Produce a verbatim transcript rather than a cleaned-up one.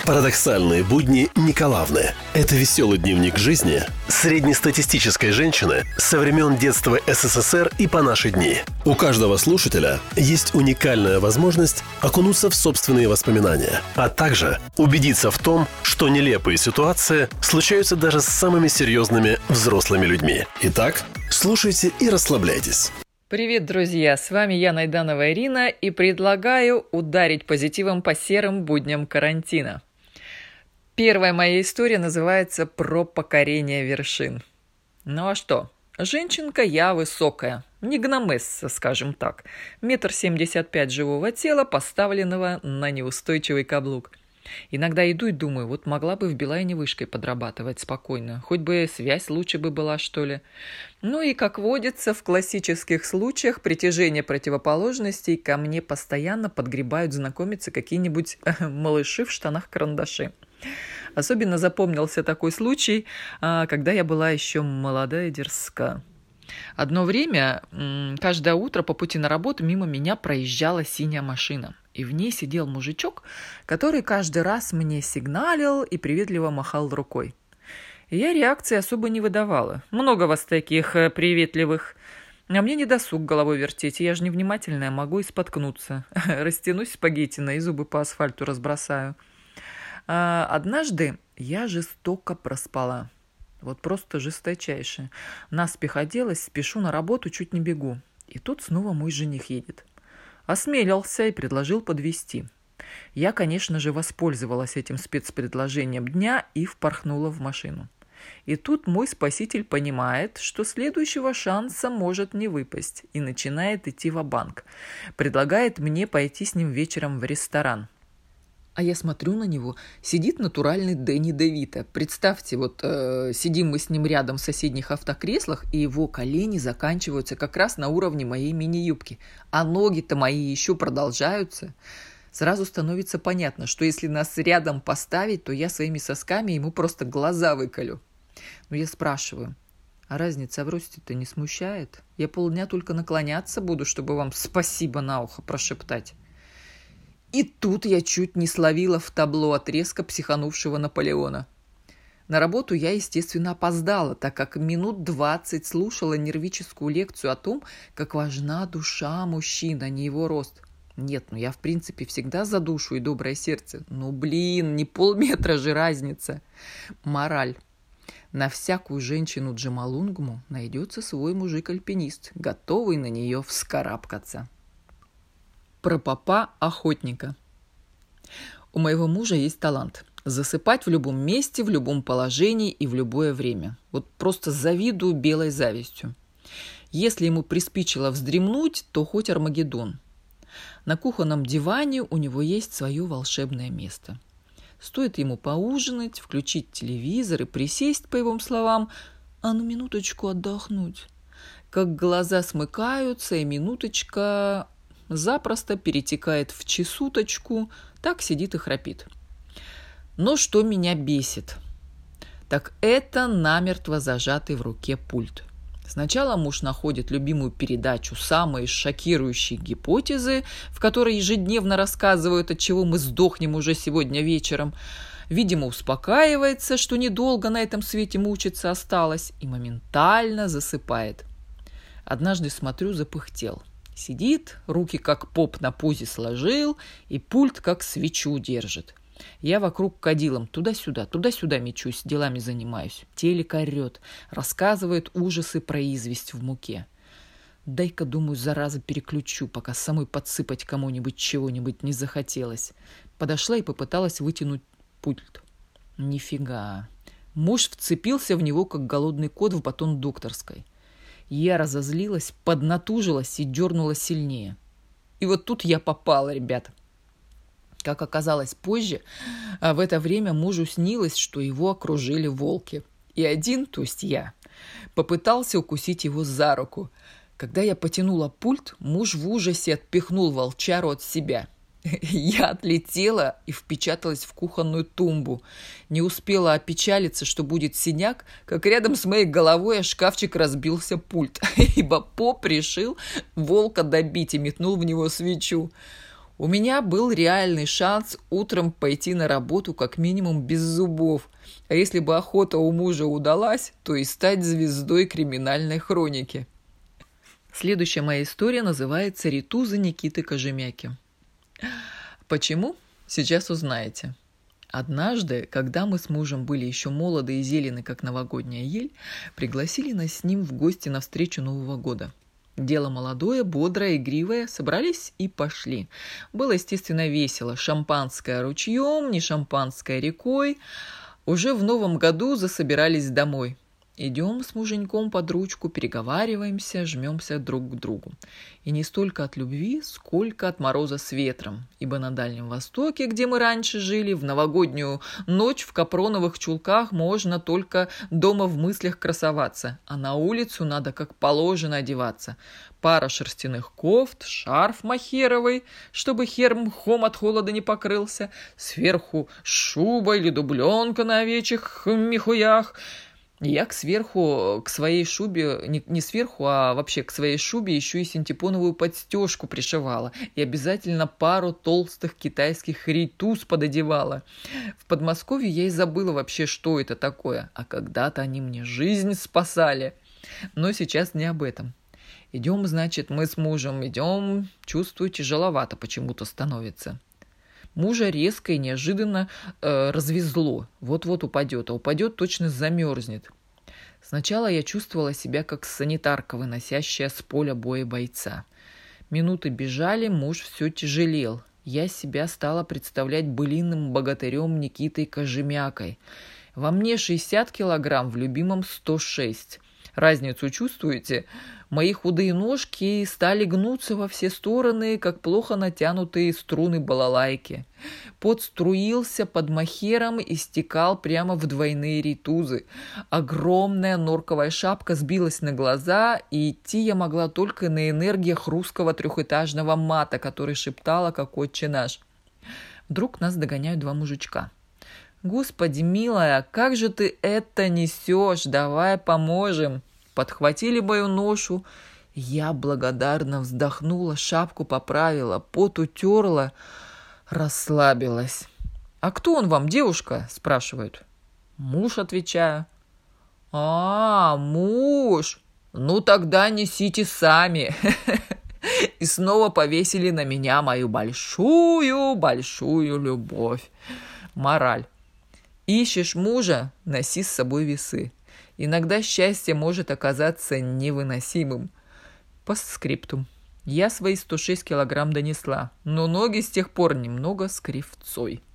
Парадоксальные будни Николавны. Это веселый дневник жизни среднестатистической женщины со времен детства СССР и по наши дни. У каждого слушателя есть уникальная возможность окунуться в собственные воспоминания, а также убедиться в том, что нелепые ситуации случаются даже с самыми серьезными взрослыми людьми. Итак, слушайте и расслабляйтесь. Привет, друзья! С вами я, Найданова Ирина, и предлагаю ударить позитивом по серым будням карантина. Первая моя история называется «Про покорение вершин». Ну а что? Женщинка я высокая, не гномесса, скажем так. Метр семьдесят пять живого тела, поставленного на неустойчивый каблук. Иногда иду и думаю, вот могла бы в Билайне вышкой подрабатывать спокойно. Хоть бы связь лучше бы была, что ли. Ну и, как водится, в классических случаях притяжения противоположностей ко мне постоянно подгребают знакомиться какие-нибудь малыши в штанах-карандаши. Особенно запомнился такой случай, когда я была еще молодая и дерзка. Одно время, каждое утро по пути на работу мимо меня проезжала синяя машина. И в ней сидел мужичок, который каждый раз мне сигналил и приветливо махал рукой. И я реакции особо не выдавала. Много вас таких приветливых. А мне не досуг головой вертеть, я же невнимательная, могу и споткнуться. Растянусь спагеттино и зубы по асфальту разбросаю. А однажды я жестоко проспала. Вот просто жесточайше. Наспех оделась, спешу на работу, чуть не бегу. И тут снова мой жених едет. Осмелился и предложил подвезти. Я, конечно же, воспользовалась этим спецпредложением дня и впорхнула в машину. И тут мой спаситель понимает, что следующего шанса может не выпасть, и начинает идти ва-банк. Предлагает мне пойти с ним вечером в ресторан. А я смотрю на него, сидит натуральный Дэнни Девито. Представьте, вот э, сидим мы с ним рядом в соседних автокреслах, и его колени заканчиваются как раз на уровне моей мини-юбки. А ноги-то мои еще продолжаются. Сразу становится понятно, что если нас рядом поставить, то я своими сосками ему просто глаза выколю. Но я спрашиваю, а разница в росте-то не смущает? Я полдня только наклоняться буду, чтобы вам спасибо на ухо прошептать. И тут я чуть не словила в табло от резко психанувшего Наполеона. На работу я, естественно, опоздала, так как минут двадцать слушала нервическую лекцию о том, как важна душа мужчины, а не его рост. Нет, ну я в принципе всегда за душу и доброе сердце. Ну блин, не полметра же разница. Мораль. На всякую женщину Джомолунгму найдется свой мужик-альпинист, готовый на нее вскарабкаться. Про попа-охотника. У моего мужа есть талант засыпать в любом месте, в любом положении и в любое время. Вот просто завидую белой завистью. Если ему приспичило вздремнуть, то хоть Армагеддон. На кухонном диване у него есть свое волшебное место. Стоит ему поужинать, включить телевизор и присесть, по его словам, а на минуточку отдохнуть. Как глаза смыкаются, и минуточка запросто перетекает в часуточку, так сидит и храпит. Но что меня бесит, так это намертво зажатый в руке пульт. Сначала муж находит любимую передачу «Самые шокирующие гипотезы», в которой ежедневно рассказывают, от чего мы сдохнем уже сегодня вечером. Видимо, успокаивается, что недолго на этом свете мучиться осталось, и моментально засыпает. Однажды, смотрю, запыхтел. Сидит, руки как поп на пузе сложил, и пульт как свечу держит. Я вокруг кадилом туда-сюда, туда-сюда мечусь, делами занимаюсь. Телек орет, рассказывает ужасы про известь в муке. Дай-ка, думаю, зараза переключу, пока самой подсыпать кому-нибудь чего-нибудь не захотелось. Подошла и попыталась вытянуть пульт. Нифига. Муж вцепился в него, как голодный кот в батон докторской. Я разозлилась, поднатужилась и дернула сильнее. И вот тут я попала, ребята. Как оказалось позже, в это время мужу снилось, что его окружили волки. И один, то есть я, попытался укусить его за руку. Когда я потянула пульт, муж в ужасе отпихнул волчару от себя. Я отлетела и впечаталась в кухонную тумбу. Не успела опечалиться, что будет синяк, как рядом с моей головой о шкафчик разбился пульт, ибо поп решил волка добить и метнул в него свечу. У меня был реальный шанс утром пойти на работу как минимум без зубов. А если бы охота у мужа удалась, то и стать звездой криминальной хроники. Следующая моя история называется «Ритузы Никиты Кожемяки». Почему? Сейчас узнаете. Однажды, когда мы с мужем были еще молоды и зелены, как новогодняя ель, пригласили нас с ним в гости на встречу Нового года. Дело молодое, бодрое, игривое, собрались и пошли. Было, естественно, весело. Шампанское ручьем, не шампанское рекой. Уже в Новом году засобирались домой. Идем с муженьком под ручку, переговариваемся, жмемся друг к другу. И не столько от любви, сколько от мороза с ветром. Ибо на Дальнем Востоке, где мы раньше жили, в новогоднюю ночь в капроновых чулках можно только дома в мыслях красоваться, а на улицу надо как положено одеваться. Пара шерстяных кофт, шарф махеровый, чтобы хер мхом от холода не покрылся, сверху шуба или дубленка на овечьих мехуях. Я к сверху, к своей шубе, не, не сверху, а вообще к своей шубе еще и синтепоновую подстежку пришивала. И обязательно пару толстых китайских ритуз пододевала. В Подмосковье я и забыла вообще, что это такое. А когда-то они мне жизнь спасали. Но сейчас не об этом. Идем, значит, мы с мужем идем, чувствую, тяжеловато почему-то становится. Мужа резко и неожиданно э, развезло. Вот-вот упадет, а упадет, точно замерзнет. Сначала я чувствовала себя как санитарка, выносящая с поля боя бойца. Минуты бежали, муж все тяжелел. Я себя стала представлять былинным богатырем Никитой Кожемякой. Во мне шестьдесят килограмм, в любимом сто шесть. Разницу чувствуете? Мои худые ножки стали гнуться во все стороны, как плохо натянутые струны балалайки. Пот струился под махером и стекал прямо в двойные ритузы. Огромная норковая шапка сбилась на глаза, и идти я могла только на энергиях русского трехэтажного мата, который шептала, как отче наш. Вдруг нас догоняют два мужичка. «Господи, милая, как же ты это несешь? Давай поможем!» Подхватили мою ношу. Я благодарно вздохнула, шапку поправила, пот утерла, расслабилась. «А кто он вам, девушка?» – спрашивают. «Муж», – отвечаю. «А, муж! Ну тогда несите сами!» И снова повесили на меня мою большую-большую любовь. Мораль. Ищешь мужа – носи с собой весы. Иногда счастье может оказаться невыносимым. Постскриптум. Я свои сто шесть килограмм донесла, но ноги с тех пор немного с кривцой.